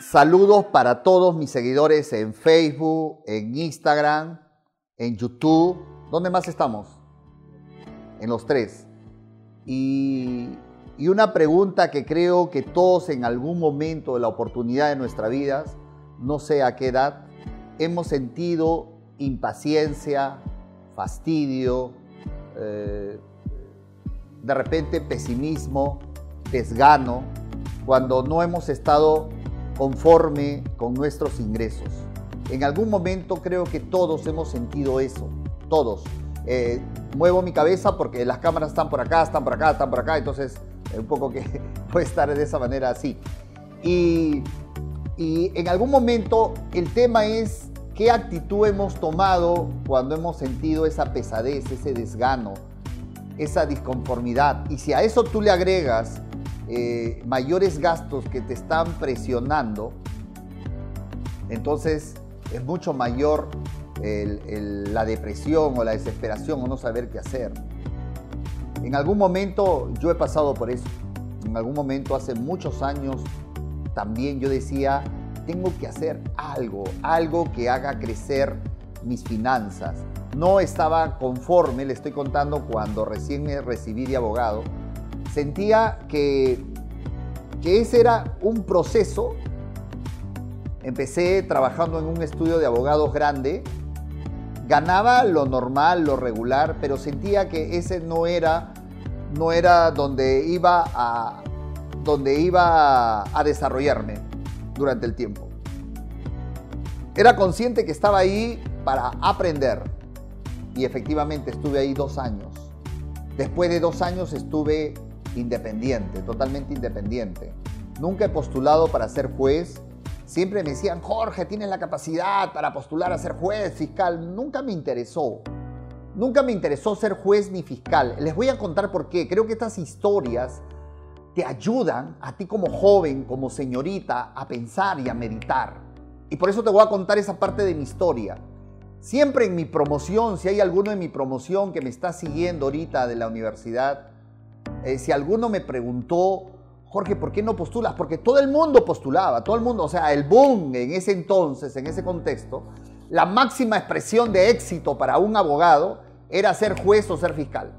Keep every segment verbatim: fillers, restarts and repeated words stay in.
Saludos para todos mis seguidores en Facebook, en Instagram, en YouTube. ¿Dónde más estamos? En los tres. Y, y una pregunta que creo que todos en algún momento de la oportunidad de nuestra vida, no sé a qué edad, hemos sentido impaciencia, fastidio, eh, de repente pesimismo, desgano, cuando no hemos estado conforme con nuestros ingresos. En algún momento creo que todos hemos sentido eso, todos. Eh, muevo mi cabeza porque las cámaras están por acá, están por acá, están por acá, entonces un poco que puede estar de esa manera así. Y, y en algún momento el tema es qué actitud hemos tomado cuando hemos sentido esa pesadez, ese desgano, esa disconformidad. Y si a eso tú le agregas Eh, mayores gastos que te están presionando, entonces es mucho mayor el, el, la depresión o la desesperación o no saber qué hacer. En algún momento yo he pasado por eso. En algún momento hace muchos años también yo decía, tengo que hacer algo, algo que haga crecer mis finanzas. No estaba conforme, le estoy contando, cuando recién me recibí de abogado. Sentía que, que ese era un proceso. Empecé trabajando en un estudio de abogados grande, ganaba lo normal, lo regular, pero sentía que ese no era, no era donde iba a, donde iba a desarrollarme durante el tiempo. Era consciente que estaba ahí para aprender y efectivamente estuve ahí dos años. Después de dos años estuve independiente, totalmente independiente. Nunca he postulado para ser juez. Siempre me decían, Jorge, tienes la capacidad para postular a ser juez, fiscal. Nunca me interesó. Nunca me interesó ser juez ni fiscal. Les voy a contar por qué. Creo que estas historias te ayudan a ti como joven, como señorita, a pensar y a meditar. Y por eso te voy a contar esa parte de mi historia. Siempre en mi promoción, si hay alguno en mi promoción que me está siguiendo ahorita de la universidad, Eh, si alguno me preguntó, Jorge, ¿por qué no postulas? Porque todo el mundo postulaba, todo el mundo, o sea, el boom en ese entonces, en ese contexto, la máxima expresión de éxito para un abogado era ser juez o ser fiscal.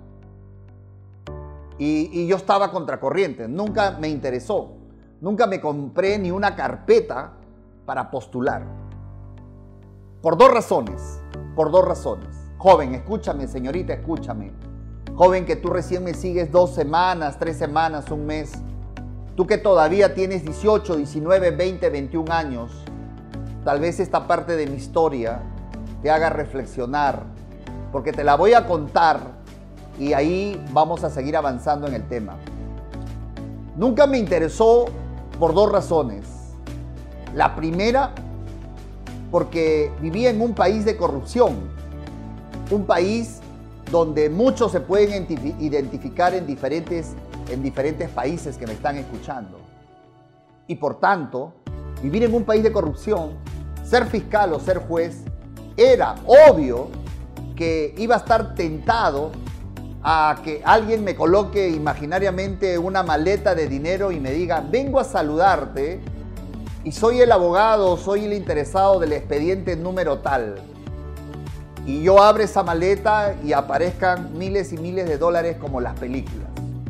Y, y yo estaba contracorriente, nunca me interesó, nunca me compré ni una carpeta para postular. Por dos razones, por dos razones. Joven, escúchame, señorita, escúchame. Joven que tú recién me sigues dos semanas, tres semanas, un mes. Tú que todavía tienes dieciocho, diecinueve, veinte, veintiún años. Tal vez esta parte de mi historia te haga reflexionar, porque te la voy a contar y ahí vamos a seguir avanzando en el tema. Nunca me interesó por dos razones. La primera, porque vivía en un país de corrupción. Un país donde muchos se pueden identificar en diferentes, en diferentes países que me están escuchando. Y por tanto, vivir en un país de corrupción, ser fiscal o ser juez, era obvio que iba a estar tentado a que alguien me coloque imaginariamente una maleta de dinero y me diga, vengo a saludarte y soy el abogado, soy el interesado del expediente número tal. Y yo abro esa maleta y aparezcan miles y miles de dólares como las películas.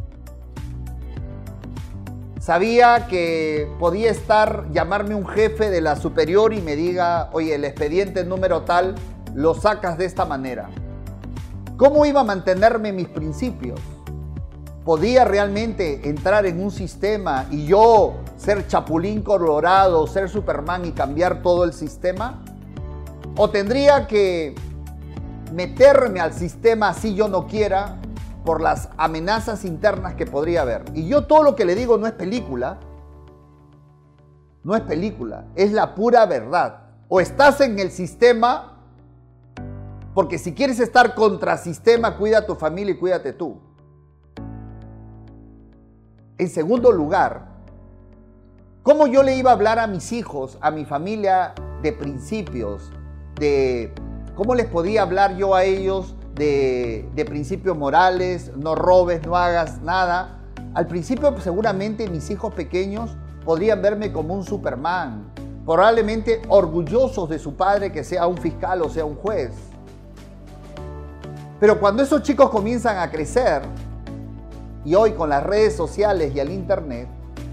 Sabía que podía estar, llamarme un jefe de la superior y me diga, oye, el expediente número tal lo sacas de esta manera. ¿Cómo iba a mantenerme mis principios? ¿Podía realmente entrar en un sistema y yo ser Chapulín Colorado, ser Superman y cambiar todo el sistema? ¿O tendría que meterme al sistema así yo no quiera por las amenazas internas que podría haber? Y yo todo lo que le digo no es película, no es película, es la pura verdad. O estás en el sistema, porque si quieres estar contra sistema, cuida a tu familia y cuídate tú. En segundo lugar, ¿cómo yo le iba a hablar a mis hijos, a mi familia, de principios, de ¿cómo les podía hablar yo a ellos de, de principios morales? No robes, no hagas nada. Al principio, pues, seguramente mis hijos pequeños podrían verme como un Superman, probablemente orgullosos de su padre que sea un fiscal o sea un juez. Pero cuando esos chicos comienzan a crecer, y hoy con las redes sociales y el internet,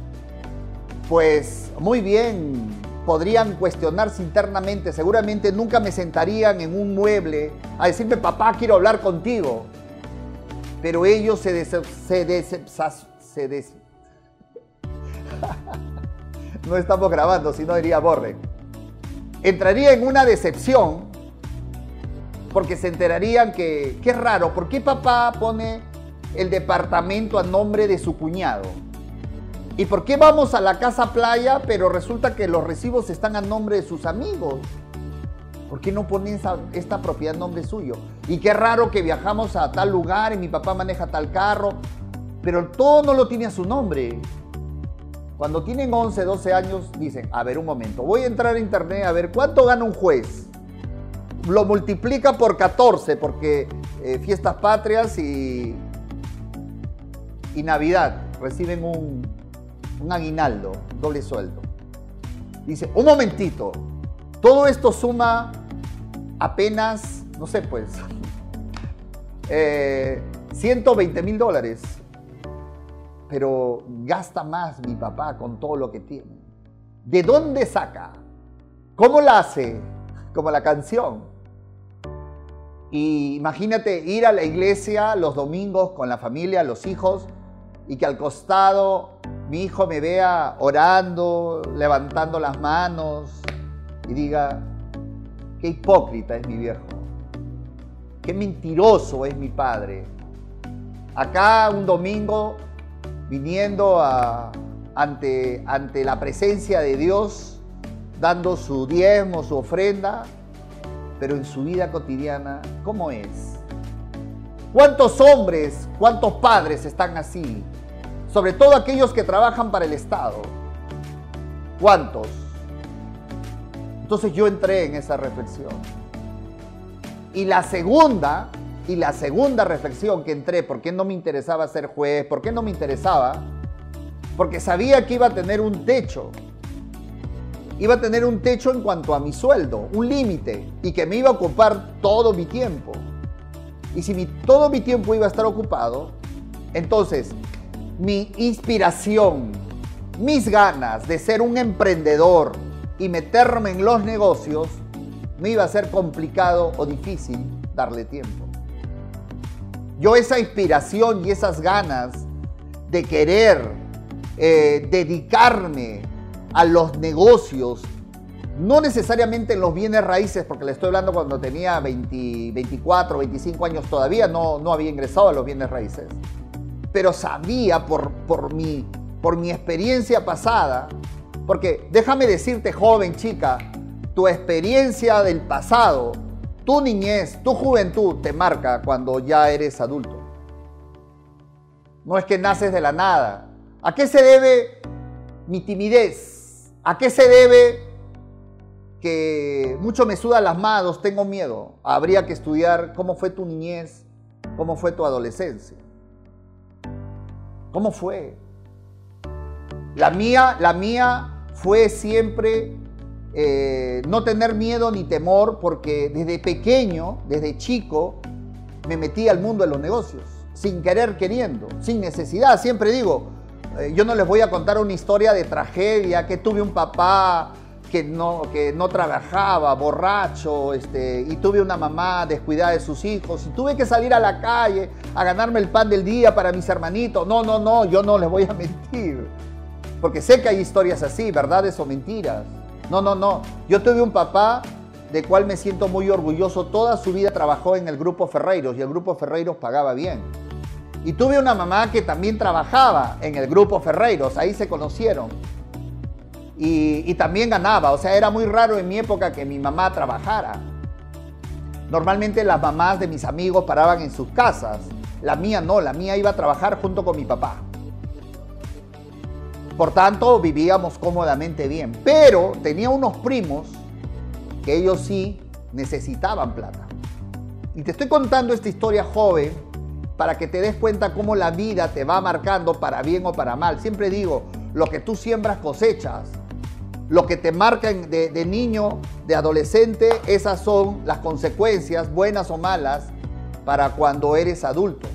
pues muy bien podrían cuestionarse internamente, seguramente nunca me sentarían en un mueble a decirme, papá, quiero hablar contigo. Pero ellos se des... Se des, se des no estamos grabando, si no diría borre. Entraría en una decepción porque se enterarían que, qué raro, ¿por qué papá pone el departamento a nombre de su cuñado? ¿Y por qué vamos a la casa playa, pero resulta que los recibos están a nombre de sus amigos? ¿Por qué no ponen esa, esta propiedad a nombre suyo? Y qué raro que viajamos a tal lugar y mi papá maneja tal carro, pero todo no lo tiene a su nombre. Cuando tienen once, doce años, dicen, a ver un momento, voy a entrar a internet a ver cuánto gana un juez. Lo multiplica por catorce, porque eh, fiestas patrias y, y Navidad reciben un, un aguinaldo, doble sueldo. Dice, un momentito, todo esto suma apenas, no sé pues, eh, ciento veinte mil dólares. Pero gasta más mi papá con todo lo que tiene. ¿De dónde saca? ¿Cómo la hace? Como la canción. Y imagínate ir a la iglesia los domingos con la familia, los hijos, y que al costado mi hijo me vea orando, levantando las manos y diga, qué hipócrita es mi viejo, qué mentiroso es mi padre. Acá un domingo viniendo a, ante, ante la presencia de Dios, dando su diezmo, su ofrenda, pero en su vida cotidiana, ¿cómo es? ¿Cuántos hombres, cuántos padres están así? Sobre todo aquellos que trabajan para el Estado. ¿Cuántos? Entonces yo entré en esa reflexión. Y la segunda... Y la segunda reflexión que entré, ¿por qué no me interesaba ser juez? ¿Por qué no me interesaba? Porque sabía que iba a tener un techo. Iba a tener un techo en cuanto a mi sueldo, un límite, y que me iba a ocupar todo mi tiempo. Y si mi, todo mi tiempo iba a estar ocupado, entonces mi inspiración, mis ganas de ser un emprendedor y meterme en los negocios, me iba a ser complicado o difícil darle tiempo. Yo esa inspiración y esas ganas de querer eh, dedicarme a los negocios, no necesariamente en los bienes raíces, porque le estoy hablando cuando tenía veinte, veinticuatro, veinticinco años, todavía no, no había ingresado a los bienes raíces, pero sabía por, por, mi, por mi experiencia pasada, porque déjame decirte, joven, chica, tu experiencia del pasado, tu niñez, tu juventud te marca cuando ya eres adulto. No es que naces de la nada. ¿A qué se debe mi timidez? ¿A qué se debe que mucho me sudan las manos, tengo miedo? Habría que estudiar cómo fue tu niñez, cómo fue tu adolescencia. ¿Cómo fue? La mía, la mía fue siempre... Eh, no tener miedo ni temor, porque desde pequeño, desde chico, me metí al mundo de los negocios, sin querer queriendo, sin necesidad. Siempre digo, eh, yo no les voy a contar una historia de tragedia, que tuve un papá que no, que no trabajaba, borracho, este, y tuve una mamá descuidada de sus hijos, y tuve que salir a la calle a ganarme el pan del día para mis hermanitos. No, no, no, yo no les voy a mentir, porque sé que hay historias así, verdades o mentiras. No, no, no. Yo tuve un papá de cual me siento muy orgulloso. Toda su vida trabajó en el Grupo Ferreiros y el Grupo Ferreiros pagaba bien. Y tuve una mamá que también trabajaba en el Grupo Ferreiros. Ahí se conocieron. Y, y también ganaba. O sea, era muy raro en mi época que mi mamá trabajara. Normalmente las mamás de mis amigos paraban en sus casas. La mía no. La mía iba a trabajar junto con mi papá. Por tanto, vivíamos cómodamente bien. Pero tenía unos primos que ellos sí necesitaban plata. Y te estoy contando esta historia, joven, para que te des cuenta cómo la vida te va marcando para bien o para mal. Siempre digo, lo que tú siembras cosechas. lo que te marcan de, de niño, de adolescente, esas son las consecuencias, buenas o malas, para cuando eres adulto.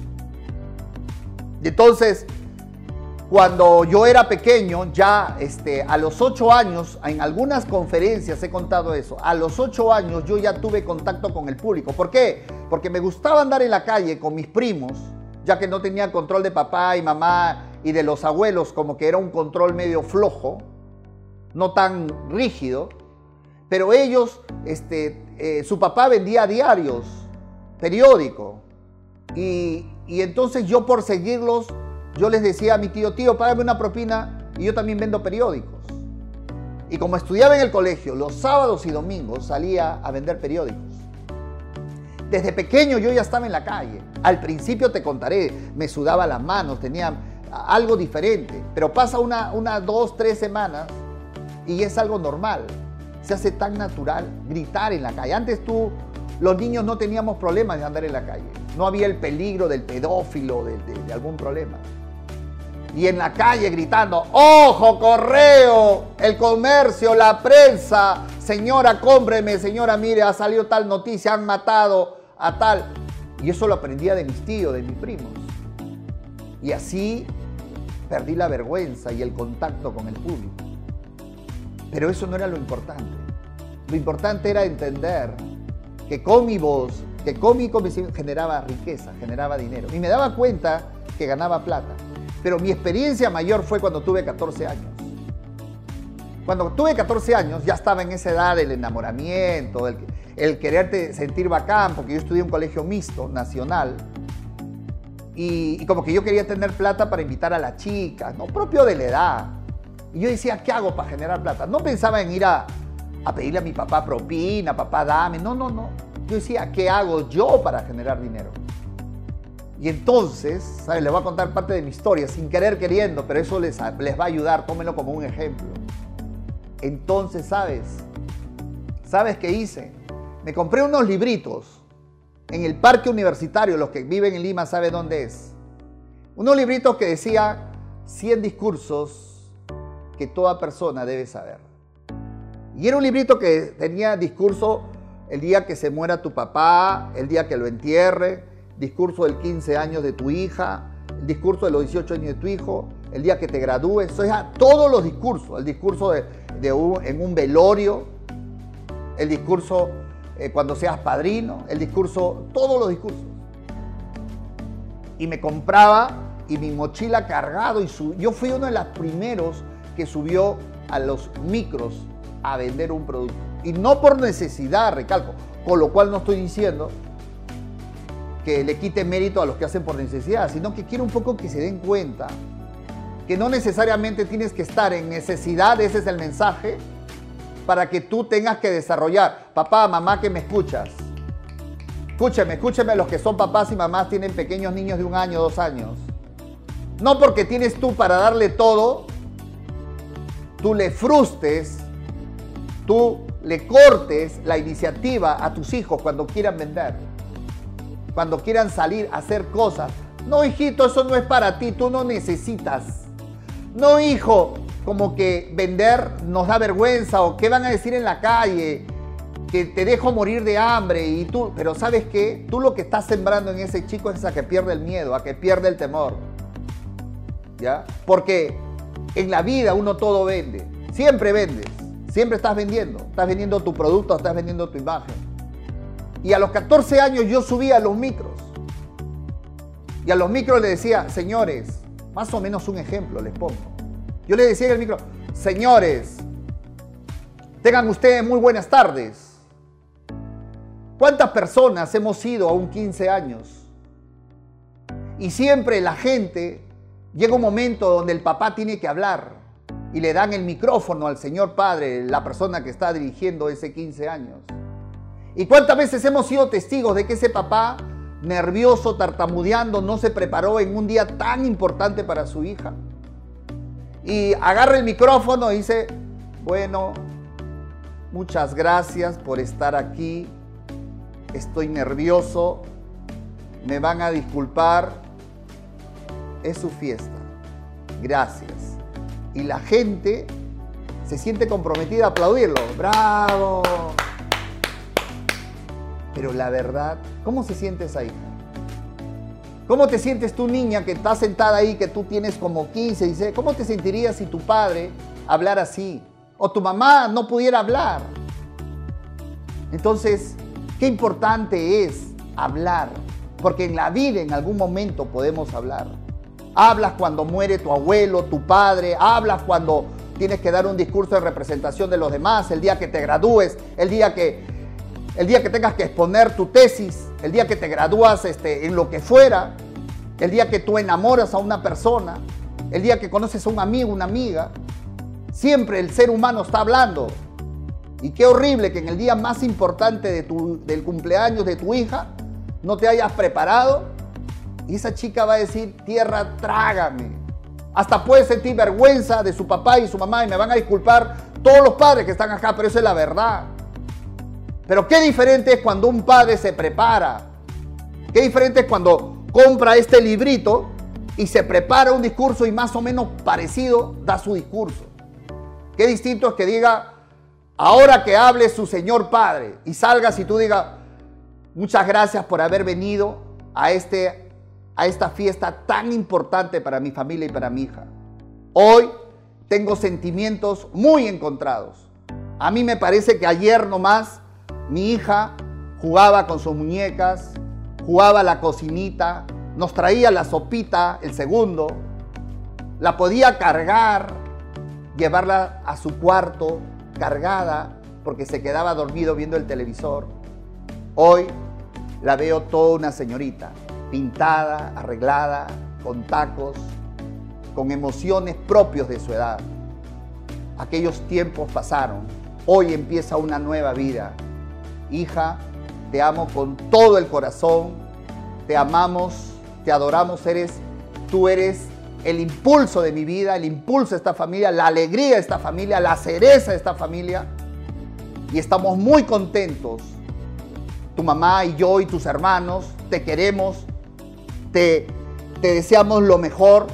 Y entonces, cuando yo era pequeño, ya este, a los ocho años, en algunas conferencias he contado eso, a los ocho años yo ya tuve contacto con el público. ¿Por qué? Porque me gustaba andar en la calle con mis primos, ya que no tenía control de papá y mamá y de los abuelos, como que era un control medio flojo, no tan rígido, pero ellos, este, eh, su papá vendía diarios, periódico, y, y entonces yo por seguirlos, yo les decía a mi tío, tío, págame una propina, y yo también vendo periódicos. Y como estudiaba en el colegio, los sábados y domingos salía a vender periódicos. Desde pequeño yo ya estaba en la calle. Al principio te contaré, me sudaba las manos, tenía algo diferente, pero pasa una, una, dos, tres semanas y es algo normal. Se hace tan natural gritar en la calle. Antes tú, los niños no teníamos problemas de andar en la calle. No había el peligro del pedófilo, de, de, de algún problema. Y en la calle gritando, ¡ojo, correo! El comercio, la prensa, señora, cómpreme, señora, mire, ha salido tal noticia, han matado a tal. Y eso lo aprendía de mis tíos, de mis primos. Y así perdí la vergüenza y el contacto con el público. Pero eso no era lo importante. Lo importante era entender que con mi voz, que con mi convicción generaba riqueza, generaba dinero. Y me daba cuenta que ganaba plata. Pero mi experiencia mayor fue cuando tuve catorce años. Cuando tuve catorce años ya estaba en esa edad del enamoramiento, el, el quererte sentir bacán, porque yo estudié en un colegio mixto, nacional. Y, y como que yo quería tener plata para invitar a las chicas, no propio de la edad. Y yo decía, ¿qué hago para generar plata? No pensaba en ir a, a pedirle a mi papá propina, papá dame, no, no, no. Yo decía, ¿qué hago yo para generar dinero? Y entonces, ¿sabes? Les voy a contar parte de mi historia, sin querer queriendo, pero eso les, les va a ayudar, tómenlo como un ejemplo. Entonces, ¿sabes? ¿Sabes qué hice? Me compré unos libritos en el parque universitario, los que viven en Lima saben dónde es. Unos libritos que decía cien discursos que toda persona debe saber. Y era un librito que tenía discurso el día que se muera tu papá, el día que lo entierre, discurso del quince años de tu hija, el discurso de los dieciocho años de tu hijo, el día que te gradúes, o sea, todos los discursos, el discurso de, de un, en un velorio, el discurso eh, cuando seas padrino, el discurso, todos los discursos. Y me compraba y mi mochila cargado y sub... yo fui uno de los primeros que subió a los micros a vender un producto. Y no por necesidad, recalco, con lo cual no estoy diciendo que le quite mérito a los que hacen por necesidad, sino que quiero un poco que se den cuenta que no necesariamente tienes que estar en necesidad, ese es el mensaje, para que tú tengas que desarrollar. Papá, mamá que me escuchas, escúcheme, escúcheme los que son papás y mamás, tienen pequeños niños de un año, dos años. No porque tienes tú para darle todo, tú le frustres, tú le cortes la iniciativa a tus hijos cuando quieran vender, cuando quieran salir a hacer cosas. No, hijito, eso no es para ti, tú no necesitas. No, hijo, como que vender nos da vergüenza o qué van a decir en la calle, que te dejo morir de hambre y tú, pero ¿sabes qué? Tú lo que estás sembrando en ese chico es a que pierde el miedo, a que pierde el temor. ¿Ya? Porque en la vida uno todo vende, siempre vendes, siempre estás vendiendo, estás vendiendo tu producto, estás vendiendo tu imagen. Y a los catorce años yo subía a los micros. Y a los micros les decía, señores, más o menos un ejemplo les pongo. Yo les decía en el micro, señores, tengan ustedes muy buenas tardes. ¿Cuántas personas hemos ido a un quince años? Y siempre la gente, llega un momento donde el papá tiene que hablar y le dan el micrófono al señor padre, la persona que está dirigiendo ese quince años. ¿Y cuántas veces hemos sido testigos de que ese papá, nervioso, tartamudeando, no se preparó en un día tan importante para su hija? Y agarra el micrófono y dice, bueno, muchas gracias por estar aquí, estoy nervioso, me van a disculpar, es su fiesta, gracias. Y la gente se siente comprometida a aplaudirlo. ¡Bravo! Pero la verdad, ¿cómo se siente esa hija? ¿Cómo te sientes tú, niña, que estás sentada ahí, que tú tienes como quince, dieciséis? ¿Cómo te sentirías si tu padre hablara así? O tu mamá no pudiera hablar. Entonces, qué importante es hablar. Porque en la vida en algún momento podemos hablar. Hablas cuando muere tu abuelo, tu padre. Hablas cuando tienes que dar un discurso de representación de los demás. El día que te gradúes, el día que, el día que tengas que exponer tu tesis, el día que te gradúas este, en lo que fuera, el día que tú enamoras a una persona, el día que conoces a un amigo, una amiga. Siempre el ser humano está hablando. Y qué horrible que en el día más importante de tu, del cumpleaños de tu hija no te hayas preparado y esa chica va a decir, tierra, trágame. Hasta puede sentir vergüenza de su papá y su mamá y me van a disculpar todos los padres que están acá, pero eso es la verdad. Pero qué diferente es cuando un padre se prepara. Qué diferente es cuando compra este librito y se prepara un discurso y más o menos parecido da su discurso. Qué distinto es que diga, ahora que hable su señor padre y salgas y tú digas, muchas gracias por haber venido a, este, a esta fiesta tan importante para mi familia y para mi hija. Hoy tengo sentimientos muy encontrados. A mí me parece que ayer nomás mi hija jugaba con sus muñecas, jugaba a la cocinita, nos traía la sopita, el segundo, la podía cargar, llevarla a su cuarto cargada porque se quedaba dormido viendo el televisor. Hoy la veo toda una señorita, pintada, arreglada, con tacos, con emociones propios de su edad. Aquellos tiempos pasaron, hoy empieza una nueva vida. Hija, te amo con todo el corazón, te amamos, te adoramos, eres, tú eres el impulso de mi vida, el impulso de esta familia, la alegría de esta familia, la cereza de esta familia. Y estamos muy contentos. Tu mamá y yo y tus hermanos te queremos, te, te deseamos lo mejor.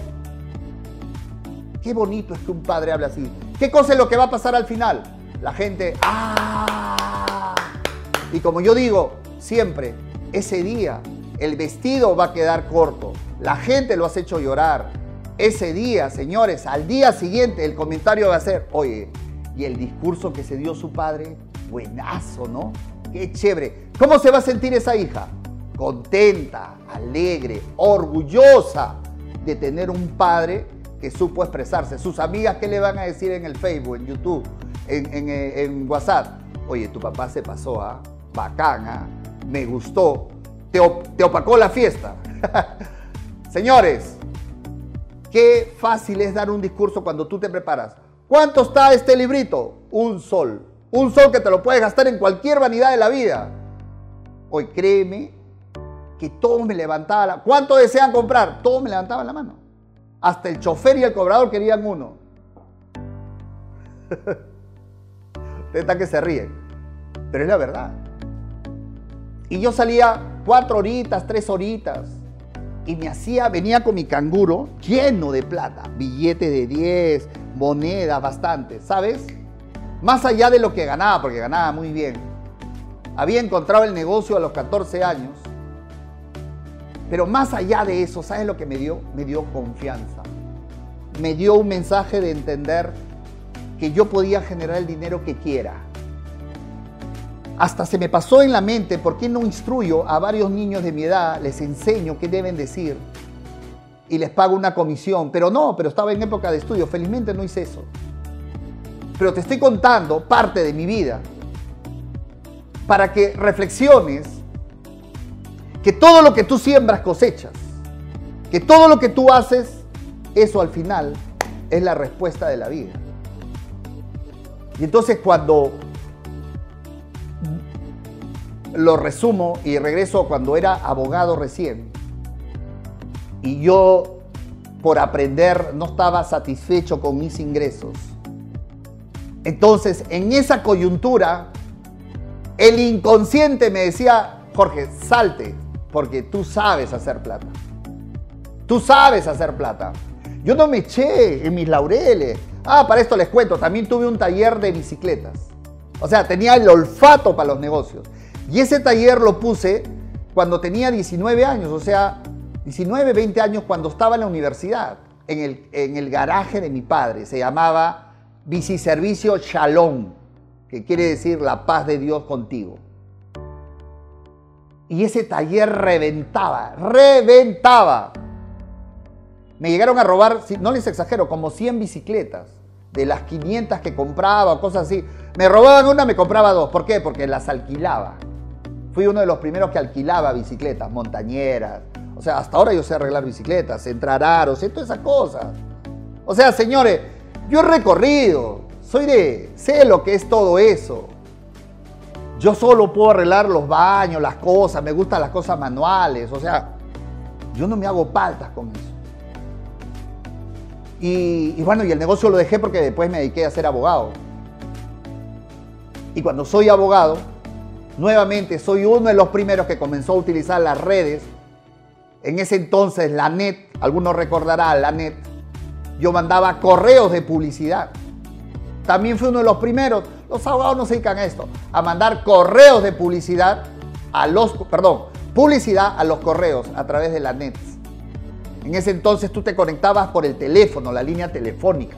Qué bonito es que un padre hable así. ¿Qué cosa es lo que va a pasar al final? La gente, ¡ah! Y como yo digo siempre, ese día el vestido va a quedar corto. La gente lo has hecho llorar. Ese día, señores, al día siguiente el comentario va a ser, oye, y el discurso que se dio su padre, buenazo, ¿no? Qué chévere. ¿Cómo se va a sentir esa hija? Contenta, alegre, orgullosa de tener un padre que supo expresarse. Sus amigas, ¿qué le van a decir en el Facebook, en YouTube, en, en, en WhatsApp? Oye, tu papá se pasó, ¿ah? Bacán, ¿ah? Me gustó. Te, op te opacó la fiesta. Señores, qué fácil es dar un discurso cuando tú te preparas. ¿Cuánto está este librito? Un sol. Un sol que te lo puedes gastar en cualquier vanidad de la vida. Hoy créeme que todos me levantaban la... ¿Cuánto desean comprar? Todos me levantaban la mano. Hasta el chofer y el cobrador querían uno. Ustedes están que se ríen. Pero es la verdad. Y yo salía cuatro horitas, tres horitas. Y me hacía, venía con mi canguro lleno de plata. Billetes de diez, monedas, bastantes, ¿sabes? Más allá de lo que ganaba, porque ganaba muy bien. Había encontrado el negocio a los catorce años. Pero más allá de eso, ¿sabes lo que me dio? Me dio confianza. Me dio un mensaje de entender que yo podía generar el dinero que quiera. Hasta se me pasó en la mente, ¿por qué no instruyo a varios niños de mi edad? Les enseño qué deben decir y les pago una comisión. Pero no, pero estaba en época de estudio. Felizmente no hice eso. Pero te estoy contando parte de mi vida para que reflexiones que todo lo que tú siembras cosechas, que todo lo que tú haces, eso al final es la respuesta de la vida. Y entonces cuando lo resumo y regreso cuando era abogado recién, y yo por aprender no estaba satisfecho con mis ingresos, entonces en esa coyuntura el inconsciente me decía, Jorge, salte, porque tú sabes hacer plata. Tú sabes hacer plata. Yo no me eché en mis laureles. Ah, para esto les cuento, también tuve un taller de bicicletas. O sea, tenía el olfato para los negocios. Y ese taller lo puse cuando tenía diecinueve años, o sea, diecinueve, veinte años, cuando estaba en la universidad, en el, en el garaje de mi padre. Se llamaba Biciservicio Shalom, que quiere decir la paz de Dios contigo. Y ese taller reventaba, reventaba. Me llegaron a robar, no les exagero, como cien bicicletas. De las quinientas que compraba, cosas así. Me robaban una, me compraba dos. ¿Por qué? Porque las alquilaba. Fui uno de los primeros que alquilaba bicicletas, montañeras. O sea, hasta ahora yo sé arreglar bicicletas, entrar aros, sé todas esas cosas. O sea, señores, yo he recorrido, soy de, sé lo que es todo eso. Yo solo puedo arreglar los baños, las cosas, me gustan las cosas manuales. O sea, yo no me hago paltas con eso. Y, y bueno, y el negocio lo dejé porque después me dediqué a ser abogado. Y cuando soy abogado, nuevamente soy uno de los primeros que comenzó a utilizar las redes. En ese entonces, la net, algunos recordarán la net, yo mandaba correos de publicidad. También fui uno de los primeros, los abogados no se dedican a esto, a mandar correos de publicidad a los, perdón, publicidad a los correos a través de la net. En ese entonces tú te conectabas por el teléfono, la línea telefónica.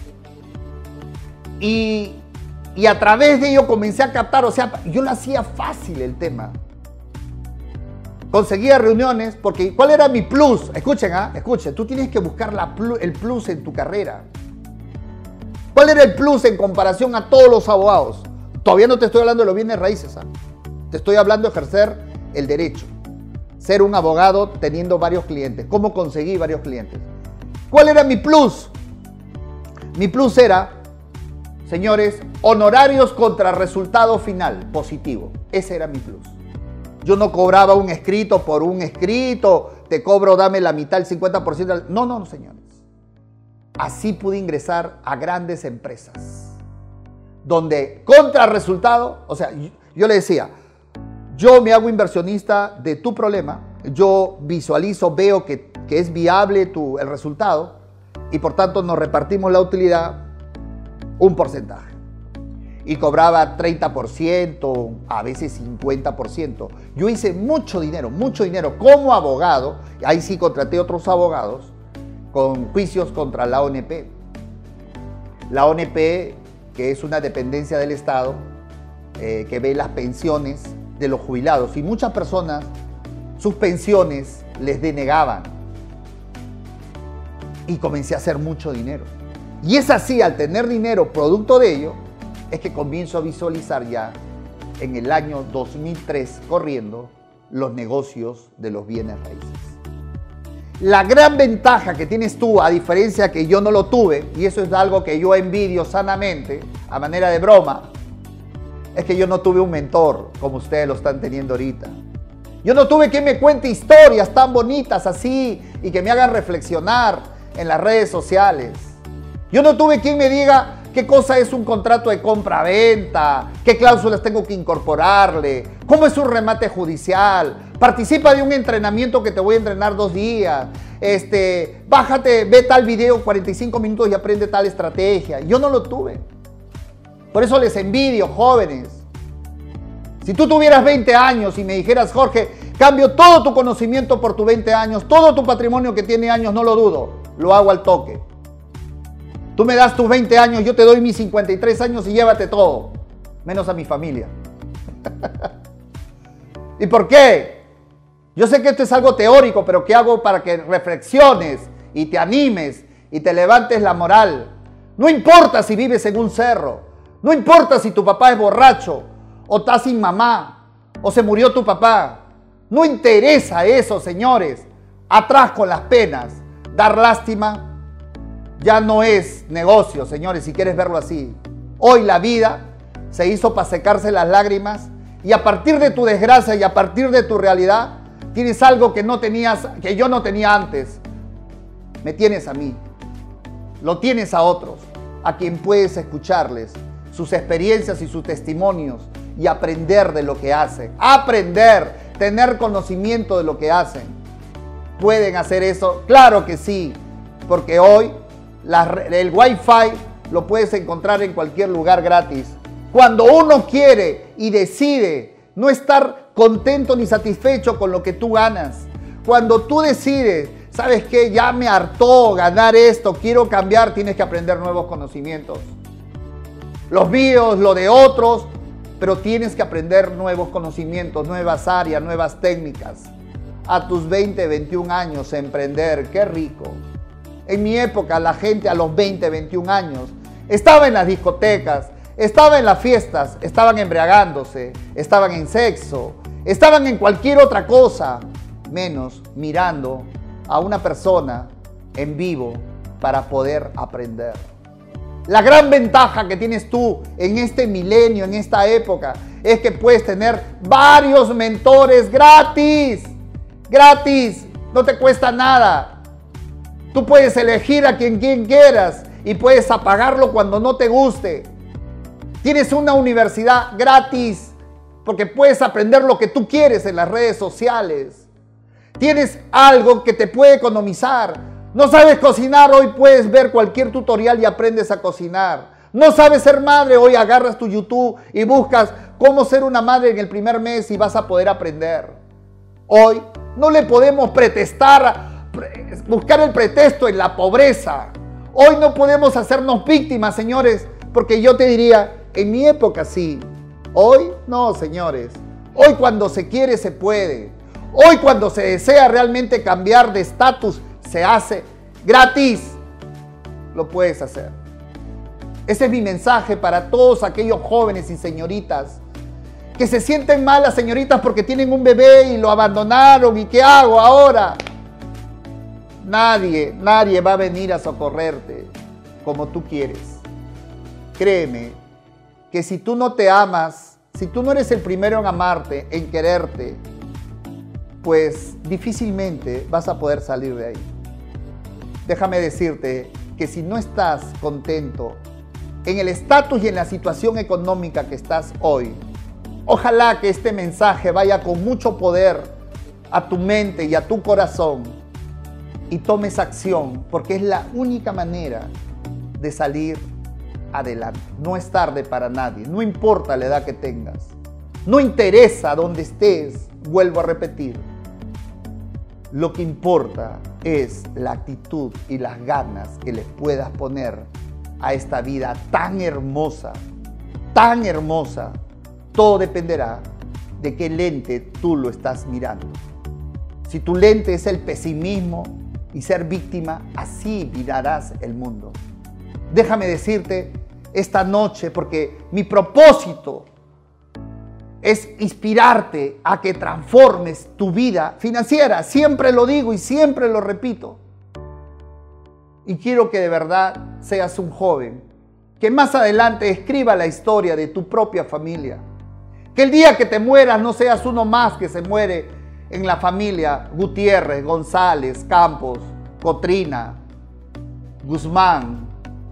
Y, y a través de ello comencé a captar, o sea, yo lo hacía fácil el tema. Conseguía reuniones, porque ¿cuál era mi plus? Escuchen, ¿ah? Escuchen, tú tienes que buscar la plus, el plus en tu carrera. ¿Cuál era el plus en comparación a todos los abogados? Todavía no te estoy hablando de los bienes raíces, ¿ah? Te estoy hablando de ejercer el derecho. Ser un abogado teniendo varios clientes. ¿Cómo conseguí varios clientes? ¿Cuál era mi plus? Mi plus era, señores, honorarios contra resultado final positivo. Ese era mi plus. Yo no cobraba un escrito por un escrito, te cobro, dame la mitad, el cincuenta por ciento. No, no, no, señores. Así pude ingresar a grandes empresas, donde contra resultado, o sea, yo, yo le decía, yo me hago inversionista de tu problema, yo visualizo, veo que, que es viable tu, el resultado y por tanto nos repartimos la utilidad un porcentaje. Y cobraba treinta por ciento, a veces cincuenta por ciento. Yo hice mucho dinero, mucho dinero como abogado, ahí sí contraté otros abogados con juicios contra la O N P. La O N P, que es una dependencia del Estado, eh, que ve las pensiones de los jubilados, y muchas personas sus pensiones les denegaban. Y comencé a hacer mucho dinero. Y es así, al tener dinero producto de ello, es que comienzo a visualizar ya en el año dos mil tres corriendo los negocios de los bienes raíces. La gran ventaja que tienes tú, a diferencia que yo no lo tuve, y eso es algo que yo envidio sanamente, a manera de broma, es que yo no tuve un mentor como ustedes lo están teniendo ahorita. Yo no tuve quien me cuente historias tan bonitas así y que me hagan reflexionar en las redes sociales. Yo no tuve quien me diga qué cosa es un contrato de compra-venta, qué cláusulas tengo que incorporarle, cómo es un remate judicial, participa de un entrenamiento que te voy a entrenar dos días, este, bájate, ve tal video cuarenta y cinco minutos y aprende tal estrategia. Yo no lo tuve. Por eso les envidio, jóvenes. Si tú tuvieras veinte años y me dijeras, Jorge, cambio todo tu conocimiento por tus veinte años, todo tu patrimonio que tiene años, no lo dudo, lo hago al toque. Tú me das tus veinte años, yo te doy mis cincuenta y tres años y llévate todo, menos a mi familia. ¿Y por qué? Yo sé que esto es algo teórico, pero ¿qué hago para que reflexiones y te animes y te levantes la moral? No importa si vives en un cerro, no importa si tu papá es borracho o estás sin mamá o se murió tu papá. No interesa eso, señores. Atrás con las penas. Dar lástima ya no es negocio, señores, si quieres verlo así. Hoy la vida se hizo para secarse las lágrimas y a partir de tu desgracia y a partir de tu realidad tienes algo que no tenías, que yo no tenía antes. Me tienes a mí. Lo tienes a otros, a quien puedes escucharles sus experiencias y sus testimonios y aprender de lo que hacen. Aprender, tener conocimiento de lo que hacen. ¿Pueden hacer eso? Claro que sí, porque hoy la, el Wi-Fi lo puedes encontrar en cualquier lugar gratis. Cuando uno quiere y decide no estar contento ni satisfecho con lo que tú ganas, cuando tú decides, ¿sabes qué? Ya me hartó ganar esto, quiero cambiar, tienes que aprender nuevos conocimientos. Los míos, lo de otros, pero tienes que aprender nuevos conocimientos, nuevas áreas, nuevas técnicas. A tus veinte, veintiún años, emprender, qué rico. En mi época, la gente a los veinte, veintiún años estaba en las discotecas, estaba en las fiestas, estaban embriagándose, estaban en sexo, estaban en cualquier otra cosa, menos mirando a una persona en vivo para poder aprender. La gran ventaja que tienes tú en este milenio, en esta época, es que puedes tener varios mentores gratis. Gratis, no te cuesta nada. Tú puedes elegir a quien, quien quieras y puedes apagarlo cuando no te guste. Tienes una universidad gratis porque puedes aprender lo que tú quieres en las redes sociales. Tienes algo que te puede economizar. No sabes cocinar, hoy puedes ver cualquier tutorial y aprendes a cocinar. No sabes ser madre, hoy agarras tu YouTube y buscas cómo ser una madre en el primer mes y vas a poder aprender. Hoy no le podemos pretestar, buscar el pretexto en la pobreza. Hoy no podemos hacernos víctimas, señores, porque yo te diría, en mi época sí. Hoy no, señores. Hoy cuando se quiere, se puede. Hoy cuando se desea realmente cambiar de estatus, se hace gratis. Lo puedes hacer. Ese es mi mensaje para todos aquellos jóvenes y señoritas que se sienten mal, las señoritas, porque tienen un bebé y lo abandonaron. ¿Y qué hago ahora? Nadie, nadie va a venir a socorrerte como tú quieres. Créeme que si tú no te amas, si tú no eres el primero en amarte, en quererte, pues difícilmente vas a poder salir de ahí. Déjame decirte que si no estás contento en el estatus y en la situación económica que estás hoy, ojalá que este mensaje vaya con mucho poder a tu mente y a tu corazón y tomes acción, porque es la única manera de salir adelante. No es tarde para nadie, no importa la edad que tengas, no interesa dónde estés, vuelvo a repetir. Lo que importa es la actitud y las ganas que le puedas poner a esta vida tan hermosa, tan hermosa. Todo dependerá de qué lente tú lo estás mirando. Si tu lente es el pesimismo y ser víctima, así mirarás el mundo. Déjame decirte esta noche, porque mi propósito es inspirarte a que transformes tu vida financiera. Siempre lo digo y siempre lo repito. Y quiero que de verdad seas un joven que más adelante escriba la historia de tu propia familia. Que el día que te mueras no seas uno más que se muere en la familia Gutiérrez, González, Campos, Cotrina, Guzmán,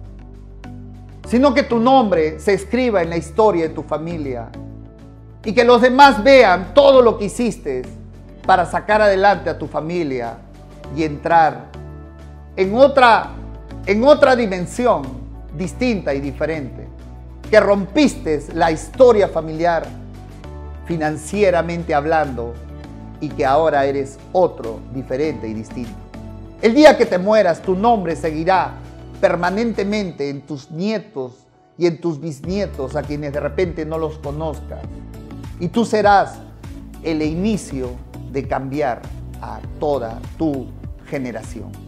sino que tu nombre se escriba en la historia de tu familia. Y que los demás vean todo lo que hiciste para sacar adelante a tu familia y entrar en otra, en otra dimensión distinta y diferente. Que rompiste la historia familiar financieramente hablando y que ahora eres otro diferente y distinto. El día que te mueras, tu nombre seguirá permanentemente en tus nietos y en tus bisnietos, a quienes de repente no los conozcas. Y tú serás el inicio de cambiar a toda tu generación.